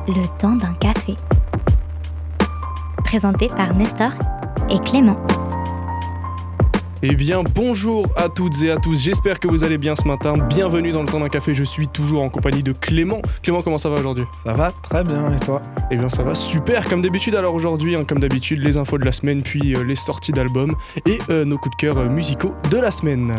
Le temps d'un café. Présenté par Nestor et Clément. Eh bien, bonjour à toutes et à tous, j'espère que vous allez bien ce matin. Bienvenue dans le temps d'un café, je suis toujours en compagnie de Clément. Clément, comment ça va aujourd'hui ? Ça va très bien, et toi ? Eh bien, ça va super, comme d'habitude. Alors aujourd'hui, comme d'habitude, les infos de la semaine, puis les sorties d'albums et nos coups de cœur musicaux de la semaine.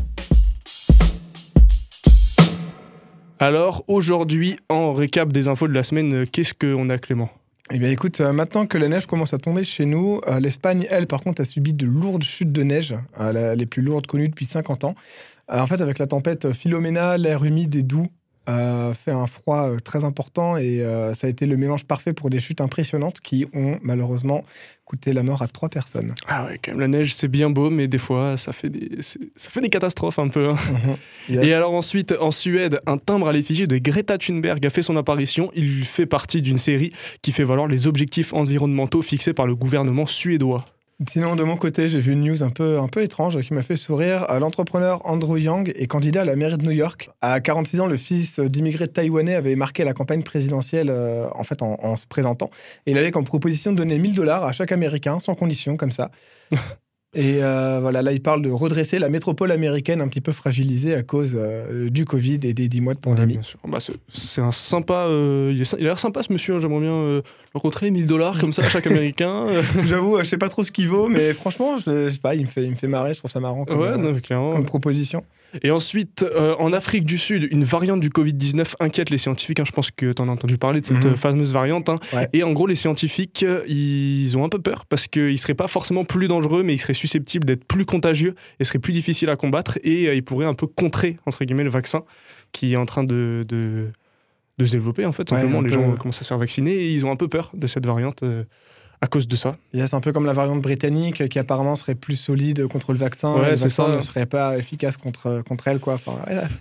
Alors aujourd'hui, en récap des infos de la semaine, qu'est-ce qu'on a, Clément ? Eh bien écoute, maintenant que la neige commence à tomber chez nous, l'Espagne, elle, par contre, a subi de lourdes chutes de neige, les plus lourdes connues depuis 50 ans. En fait, avec la tempête Filomena, l'air humide et doux fait un froid très important et ça a été le mélange parfait pour des chutes impressionnantes qui ont malheureusement coûté la mort à 3 personnes. Ah ouais, quand même, la neige, c'est bien beau, mais des fois, ça fait des catastrophes un peu. Hein. Yes. Et alors ensuite, en Suède, un timbre à l'effigie de Greta Thunberg a fait son apparition. Il fait partie d'une série qui fait valoir les objectifs environnementaux fixés par le gouvernement suédois. Sinon, de mon côté, j'ai vu une news un peu étrange qui m'a fait sourire. L'entrepreneur Andrew Yang est candidat à la mairie de New York. À 46 ans, le fils d'immigrés taïwanais avait marqué la campagne présidentielle en se présentant. Et il avait comme proposition de donner $1 000 à chaque Américain, sans condition, comme ça. Et voilà, là, il parle de redresser la métropole américaine un petit peu fragilisée à cause du Covid et des 10 mois de pandémie. Ouais, bien sûr. Bah, c'est un sympa... il a l'air sympa, ce monsieur. J'aimerais bien rencontrer $1 000 comme ça à chaque Américain. J'avoue, je sais pas trop ce qu'il vaut, mais franchement, je sais pas, il me fait marrer. Je trouve ça marrant comme proposition. Et ensuite, en Afrique du Sud, une variante du Covid-19 inquiète les scientifiques. Je pense que tu en as entendu parler de cette fameuse variante. Ouais. Et en gros, les scientifiques, ils ont un peu peur parce qu'ils ne seraient pas forcément plus dangereux, mais ils seraient susceptibles d'être plus contagieux et seraient plus difficiles à combattre. Et ils pourraient un peu contrer, entre guillemets, le vaccin qui est en train de se développer, en fait. Simplement, les gens commencent à se faire vacciner et ils ont un peu peur de cette variante à cause de ça. C'est un peu comme la variante britannique qui apparemment serait plus solide contre le vaccin. Ouais, le c'est vaccin ça. ne serait pas efficace contre elle, quoi. Enfin,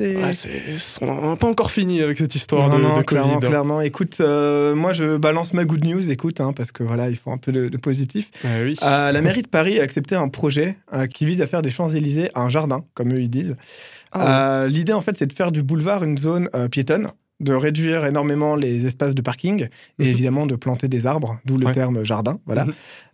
On n'a pas encore fini avec cette histoire de Covid. Clairement. Écoute, moi je balance ma good news, parce que voilà, il faut un peu de positif. Oui. La mairie de Paris a accepté un projet qui vise à faire des Champs-Élysées un jardin, comme eux ils disent. L'idée, en fait, c'est de faire du boulevard une zone piétonne, de réduire énormément les espaces de parking et évidemment de planter des arbres, d'où le terme jardin. Voilà.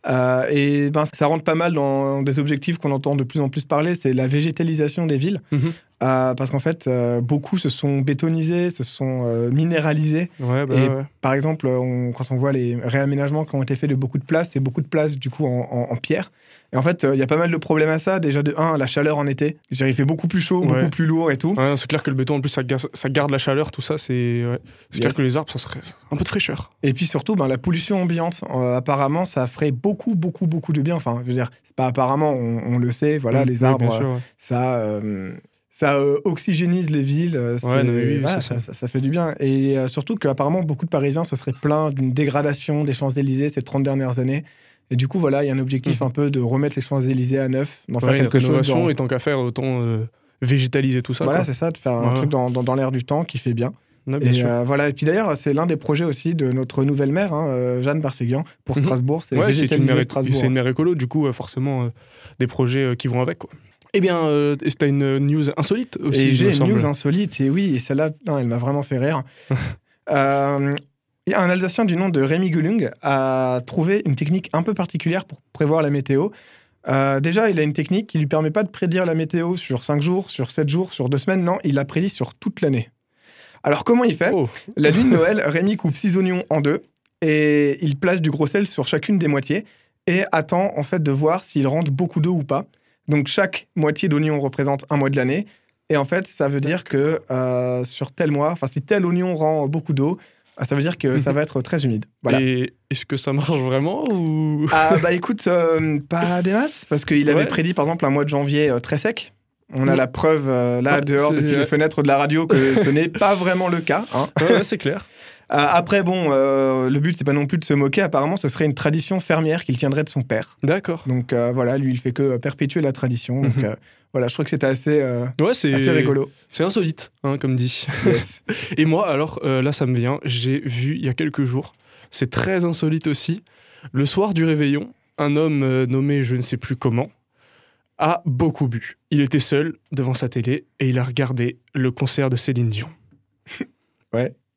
Ça rentre pas mal dans des objectifs qu'on entend de plus en plus parler, c'est la végétalisation des villes. Parce qu'en fait, beaucoup se sont bétonisés, se sont minéralisés. Par exemple, quand on voit les réaménagements qui ont été faits de beaucoup de places, c'est beaucoup de places du coup en pierre. Et en fait, il y a pas mal de problèmes à ça. Déjà, la chaleur en été. Il fait beaucoup plus chaud, beaucoup plus lourd et tout. Ouais, c'est clair que le béton, en plus, ça garde la chaleur, tout ça. C'est clair que les arbres, ça serait un peu de fraîcheur. Et puis surtout, la pollution ambiante. Apparemment, ça ferait beaucoup de bien. Enfin, je veux dire, c'est pas apparemment, on le sait. Voilà, les arbres, ça oxygénise les villes. Ça fait du bien. Et surtout qu'apparemment, beaucoup de Parisiens se seraient plaints d'une dégradation des Champs-Élysées ces 30 dernières années. Et du coup, voilà, il y a un objectif un peu de remettre les Champs-Élysées à neuf, d'en faire quelque chose. Et tant qu'à faire, autant végétaliser tout ça. Voilà, quoi. c'est ça, de faire un truc dans l'air du temps qui fait bien. Bien sûr. Et puis d'ailleurs, c'est l'un des projets aussi de notre nouvelle maire, Jeanne Barséguian, pour Strasbourg. C'est végétaliser Strasbourg. C'est une maire écolo, du coup, forcément, des projets qui vont avec, quoi. Eh bien, tu as une news insolite aussi. Et j'ai une news insolite, et celle-là, elle m'a vraiment fait rire. Un Alsacien du nom de Rémi Gullung a trouvé une technique un peu particulière pour prévoir la météo. Déjà, il a une technique qui ne lui permet pas de prédire la météo sur 5 jours, sur 7 jours, sur 2 semaines. Non, il la prédit sur toute l'année. Alors, comment il fait ? La nuit de Noël, Rémi coupe 6 oignons en 2 et il place du gros sel sur chacune des moitiés et attend en fait de voir s'il rentre beaucoup d'eau ou pas. Donc, chaque moitié d'oignon représente un mois de l'année. Et en fait, ça veut dire que sur tel mois, si tel oignon rend beaucoup d'eau, ça veut dire que ça va être très humide. Voilà. Et est-ce que ça marche vraiment ou... Écoute, pas des masses, parce qu'il avait prédit par exemple un mois de janvier très sec. On a la preuve dehors depuis les fenêtres de la radio que ce n'est pas vraiment le cas. C'est clair. Après, le but, c'est pas non plus de se moquer. Apparemment, ce serait une tradition fermière qu'il tiendrait de son père. D'accord. Donc voilà, lui, il fait que perpétuer la tradition. Donc voilà, je trouve que c'était assez rigolo. C'est insolite, comme dit. Yes. Et moi, alors, là, ça me vient. J'ai vu il y a quelques jours, c'est très insolite aussi, le soir du réveillon, un homme nommé je ne sais plus comment a beaucoup bu. Il était seul devant sa télé et il a regardé le concert de Céline Dion. Ouais.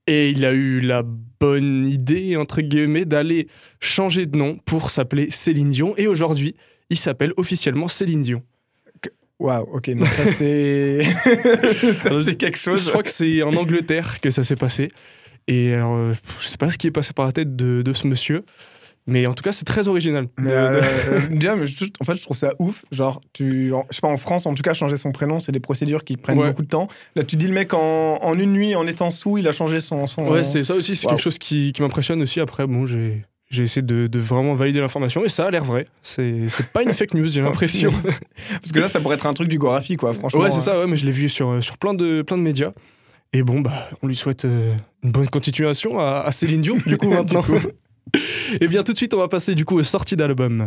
Et il a eu la bonne idée, entre guillemets, d'aller changer de nom pour s'appeler Céline Dion. Et aujourd'hui, il s'appelle officiellement Céline Dion. Waouh, ok, non, ça c'est... c'est quelque chose. Je crois que c'est en Angleterre que ça s'est passé. Et alors, je sais pas ce qui est passé par la tête de ce monsieur. Mais en tout cas, c'est très original. Déjà, en fait, je trouve ça ouf. Genre, je sais pas, en France, en tout cas, changer son prénom, c'est des procédures qui prennent beaucoup de temps. Là, tu dis le mec, en une nuit, en étant sous, il a changé son... Ouais, c'est ça aussi, c'est quelque chose qui m'impressionne aussi. Après, bon, j'ai essayé de vraiment valider l'information et ça a l'air vrai. C'est pas une fake news, j'ai l'impression. Parce que là, ça pourrait être un truc du Gorafi, quoi, franchement. Ouais, c'est ça, ouais, mais je l'ai vu sur plein de médias. Et bon, bah, on lui souhaite une bonne continuation à Céline Dion, du coup, maintenant. Et bien, tout de suite, on va passer, du coup, aux sorties d'albums.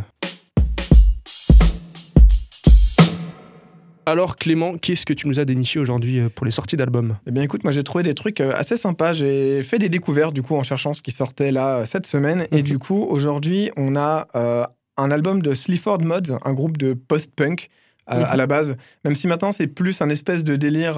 Alors Clément, qu'est-ce que tu nous as déniché aujourd'hui pour les sorties d'albums ? Eh bien écoute, moi j'ai trouvé des trucs assez sympas. J'ai fait des découvertes du coup en cherchant ce qui sortait là cette semaine. Et du coup, aujourd'hui, on a un album de Sleaford Mods, un groupe de post-punk à la base. Même si maintenant c'est plus un espèce de délire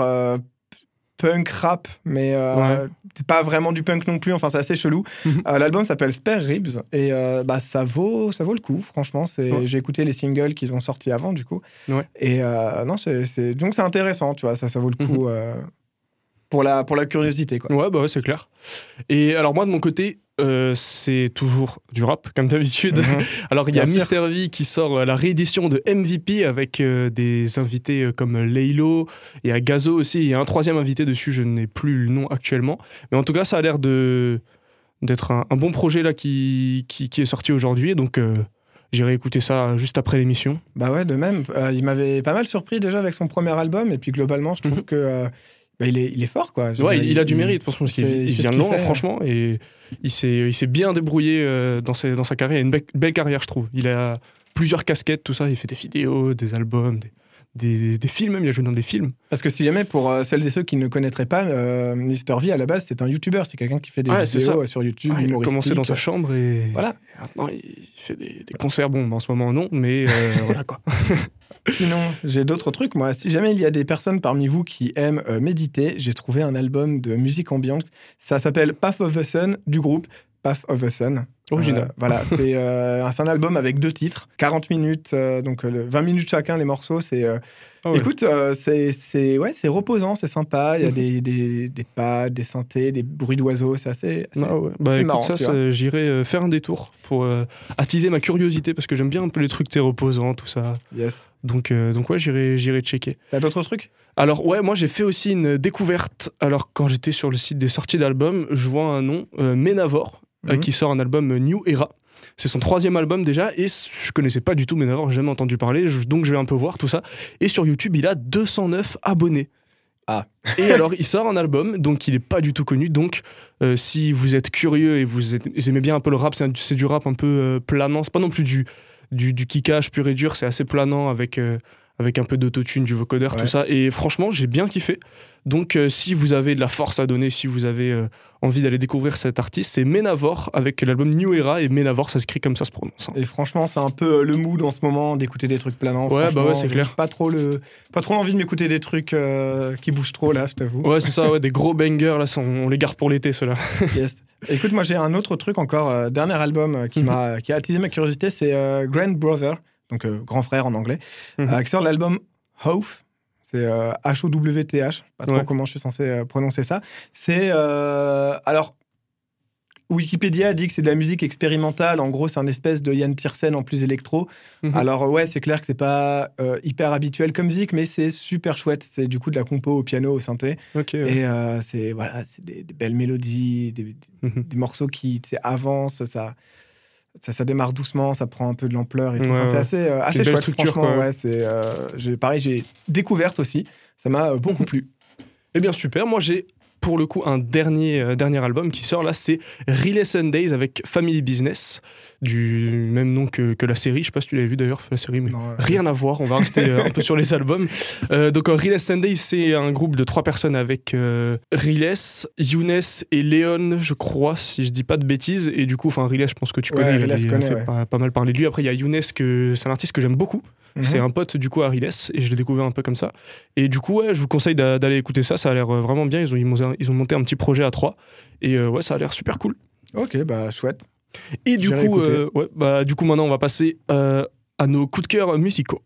punk rap, mais c'est pas vraiment du punk non plus. Enfin, c'est assez chelou. L'album s'appelle Spare Ribs et ça vaut le coup. Franchement, j'ai écouté les singles qu'ils ont sortis avant du coup. Ouais. Et non, donc c'est intéressant, tu vois. Ça vaut le coup pour la curiosité, quoi. Ouais, bah ouais, c'est clair. Et alors moi de mon côté. C'est toujours du rap, comme d'habitude. Alors, il y a Mr. V qui sort la réédition de MVP avec des invités comme Laylo. Il y a Gazo aussi. Il y a un troisième invité dessus, je n'ai plus le nom actuellement. Mais en tout cas, ça a l'air d'être un bon projet là qui est sorti aujourd'hui. Donc, j'irai écouter ça juste après l'émission. Bah ouais, de même. Il m'avait pas mal surpris déjà avec son premier album. Et puis, globalement, je trouve que... il est fort, quoi. Il a du mérite, parce qu'il vient de loin, franchement, et il s'est bien débrouillé dans sa carrière. Il a une belle carrière, je trouve. Il a plusieurs casquettes, tout ça. Il fait des vidéos, des albums, des films, même. Il a joué dans des films. Parce que si jamais, pour celles et ceux qui ne connaîtraient pas, Mr. V, à la base, c'est un YouTuber. C'est quelqu'un qui fait des vidéos sur YouTube, humoristiques. Il a commencé dans sa chambre et... Voilà. Et maintenant, il fait des concerts. Bon, en ce moment, non, mais voilà, quoi. Sinon, j'ai d'autres trucs. Moi, si jamais il y a des personnes parmi vous qui aiment méditer, j'ai trouvé un album de musique ambiante. Ça s'appelle Path of the Sun, du groupe Path of the Sun. Original. Voilà, c'est un album avec 2 titres, 40 minutes, donc 20 minutes chacun les morceaux. Écoute, c'est reposant, c'est sympa. Il y a des pads, des synthés, des bruits d'oiseaux. C'est assez marrant. Ça, j'irai faire un détour pour attiser ma curiosité parce que j'aime bien un peu les trucs reposants, tout ça. Yes. Donc ouais, j'irai checker. T'as d'autres trucs ? Alors ouais, moi j'ai fait aussi une découverte. Alors quand j'étais sur le site des sorties d'albums, je vois un nom, Menavor, qui sort un album New Era. C'est son 3e album déjà, et je connaissais pas du tout Menavor, j'ai jamais entendu parler, donc je vais un peu voir tout ça. Et sur YouTube, il a 209 abonnés. Ah. Et alors, il sort un album, donc il est pas du tout connu. Donc, si vous êtes curieux et vous aimez bien un peu le rap, c'est du rap un peu planant. C'est pas non plus du kickage pur et dur, c'est assez planant avec un peu d'autotune, du vocodeur, tout ça. Et franchement, j'ai bien kiffé. Donc, si vous avez de la force à donner, si vous avez envie d'aller découvrir cet artiste, c'est Menavor avec l'album New Era. Et Menavor, ça s'écrit comme ça se prononce. Et franchement, c'est un peu le mood en ce moment d'écouter des trucs planants. Ouais, bah ouais, c'est clair. J'ai pas trop l'envie de m'écouter des trucs qui bougent trop, là, je t'avoue. Ouais, c'est ça, des gros bangers, là, on les garde pour l'été, ceux-là. Yes. Écoute, moi, j'ai un autre truc encore, dernier album qui a attisé ma curiosité, c'est Grand Brother, donc grand frère en anglais, qui sort l'album Howth. C'est H-O-W-T-H, pas trop comment je suis censé prononcer ça. C'est... alors, Wikipédia dit que c'est de la musique expérimentale. En gros, c'est un espèce de Yann Tiersen en plus électro. Alors ouais, c'est clair que c'est pas hyper habituel comme musique, mais c'est super chouette. C'est du coup de la compo au piano, au synthé. Et c'est des belles mélodies, des morceaux qui avancent, ça démarre doucement, ça prend un peu de l'ampleur et tout. C'est assez chouette, structure, franchement. Ouais, j'ai découverte aussi. Ça m'a beaucoup plu. Eh bien, super. Moi, j'ai pour le coup un dernier album qui sort là, c'est Relay Sundays avec Family Business, du même nom que la série. Je sais pas si tu l'avais vu d'ailleurs, la série, mais rien à voir. On va rester un peu sur les albums. Donc Relay Sundays, c'est un groupe de 3 personnes avec Relay, Younes et Léon, je crois, si je dis pas de bêtises. Et du coup, Relay, je pense que tu connais. Il a fait pas mal parler de lui. Après, il y a Younes, c'est un artiste que j'aime beaucoup. C'est un pote du coup à Riles et je l'ai découvert un peu comme ça. Et du coup, je vous conseille d'aller écouter ça. Ça a l'air vraiment bien. Ils ils ont monté un petit projet à 3. Et ouais, ça a l'air super cool. Ok, bah chouette. Et du coup, du coup, maintenant, on va passer à nos coups de cœur musicaux.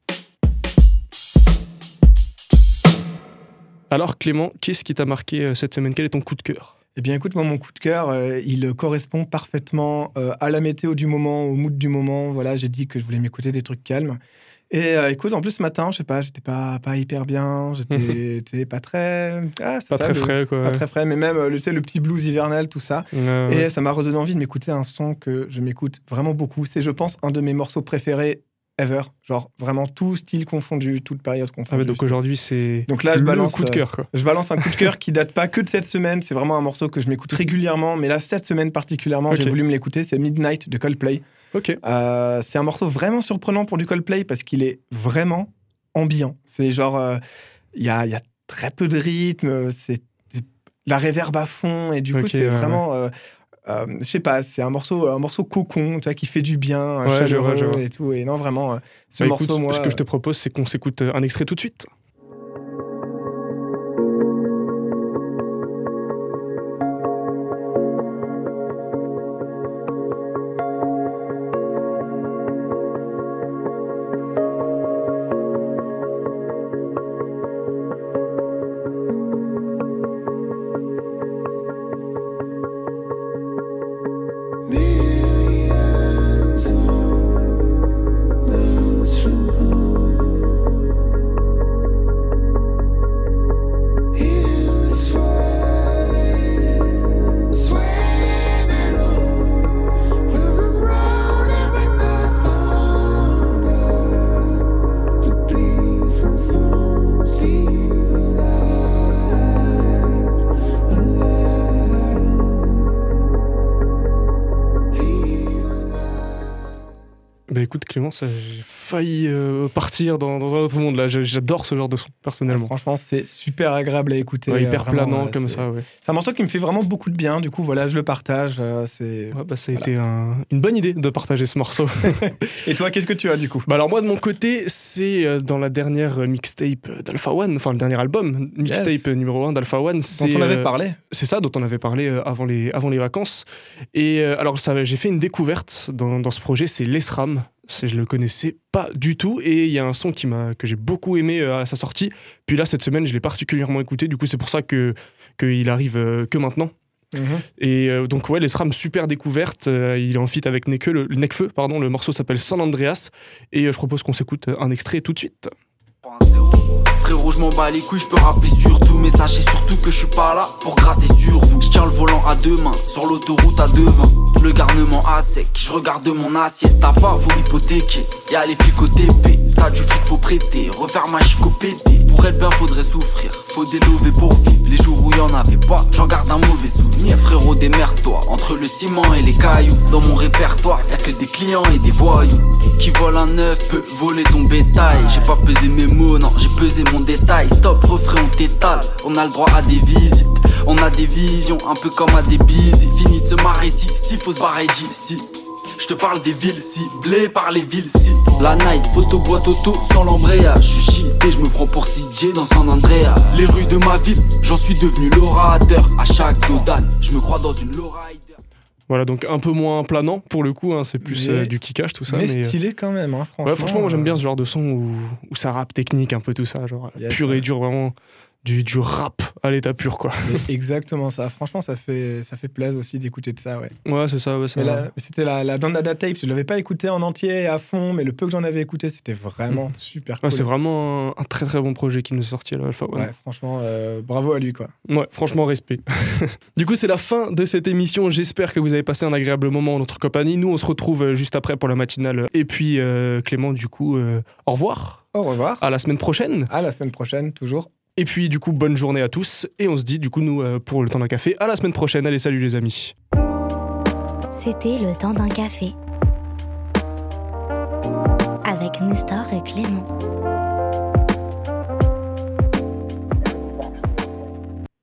Alors Clément, qu'est-ce qui t'a marqué cette semaine ? Quel est ton coup de cœur ? Eh bien écoute, moi mon coup de cœur, il correspond parfaitement à la météo du moment, au mood du moment. Voilà, j'ai dit que je voulais m'écouter des trucs calmes. Et écoute, en plus ce matin, je sais pas, j'étais pas hyper bien, j'étais pas très... frais, quoi. Pas très frais, mais même le petit blues hivernal, tout ça. Et ça m'a redonné envie de m'écouter un son que je m'écoute vraiment beaucoup. C'est, je pense, un de mes morceaux préférés ever. Genre vraiment tout style confondu, toute période confondue. Ah ouais, donc aujourd'hui, c'est donc là, je balance coup de cœur, quoi. Je balance un coup de cœur qui date pas que de cette semaine. C'est vraiment un morceau que je m'écoute régulièrement. Mais là, cette semaine particulièrement, j'ai voulu me l'écouter. C'est Midnight de Coldplay. Ok. C'est un morceau vraiment surprenant pour du Coldplay parce qu'il est vraiment ambiant. C'est genre, il y a très peu de rythme, c'est la réverb à fond et du coup c'est vraiment, je sais pas, c'est un morceau cocon, tu vois, qui fait du bien, chaleureux et tout. Et non, vraiment, ce morceau, écoute, moi. Ce que je te propose, c'est qu'on s'écoute un extrait tout de suite. Bah écoute Clément, j'ai failli partir dans un autre monde là. J'adore ce genre de son personnellement. Franchement, c'est super agréable à écouter. Ouais, hyper planant comme ça. Ouais. C'est un morceau qui me fait vraiment beaucoup de bien. Du coup, voilà, je le partage. Ça a été une bonne idée de partager ce morceau. Et toi, qu'est-ce que tu as du coup ? Bah alors moi de mon côté, c'est dans la dernière mixtape d'Alpha One, enfin le dernier album, mixtape numéro 1 d'Alpha One. Dont on avait parlé. C'est ça, dont on avait parlé avant les vacances. Et alors j'ai fait une découverte dans ce projet, c'est l'ESRAM. Je le connaissais pas du tout et il y a un son que j'ai beaucoup aimé à sa sortie. Puis là cette semaine je l'ai particulièrement écouté, du coup c'est pour ça qu'il arrive que maintenant. Et donc ouais, l'ESRAM, super découverte. Il est en feat avec Nekfeu, le morceau s'appelle San Andreas et je propose qu'on s'écoute un extrait tout de suite. Frérot, je m'en bats les couilles, je peux rapper sur tout, mais sachez surtout que je suis pas là pour gratter sur vous. Je tiens le volant à deux mains, sur l'autoroute à 2,20. Le garnement à sec, je regarde mon assiette. T'as pas, faut hypothéquer, y'a les flics au TP. T'as du fric, faut prêter, refaire ma chico pété. Pour être bien, faudrait souffrir, faut délover pour vivre. Les jours où y'en avait pas, j'en garde un mauvais souvenir. Frérot, démerde-toi, entre le ciment et les cailloux. Dans mon répertoire, y'a que des clients et des voyous. Qui volent un œuf peut voler ton bétail. J'ai pas pesé mes mots, non, j'ai pesé mon détail. Stop, refrain, on t'étale. On a le droit à des visites. On a des visions, un peu comme à des bises. Fini de se marrer ici, s'il faut se barrer d'ici. Je te parle des villes ciblées par les villes cibles. La night, poteau, boîte auto, sans l'embrayage. Je suis shité, je me prends pour CJ dans San Andreas. Les rues de ma ville, j'en suis devenu l'orateur. À chaque dodane, je me crois dans une lowrider. Voilà, donc un peu moins planant pour le coup, hein, c'est plus du kickage tout ça. Mais stylé quand même, hein, franchement. Ouais, franchement, moi j'aime bien ce genre de son où ça rappe technique, un peu tout ça, genre pur et dur, vraiment du rap à l'état pur, quoi. C'est exactement ça. Franchement, ça fait plaisir aussi d'écouter de ça, ouais. Ouais, c'est ça. Ouais, ça mais c'était la Dandada Tape, je l'avais pas écouté en entier à fond, mais le peu que j'en avais écouté, c'était vraiment super cool. Ouais, c'est vraiment un très très bon projet qui nous est sorti à l'Alpha One. Ouais, franchement, bravo à lui, quoi. Ouais, franchement, respect. Du coup, c'est la fin de cette émission. J'espère que vous avez passé un agréable moment en notre compagnie. Nous, on se retrouve juste après pour la matinale. Et puis, Clément, du coup, au revoir. Au revoir. À la semaine prochaine. À la semaine prochaine, toujours. Et puis, du coup, bonne journée à tous. Et on se dit, du coup, nous, pour le temps d'un café, à la semaine prochaine. Allez, salut les amis. C'était le temps d'un café. Avec Nestor et Clément.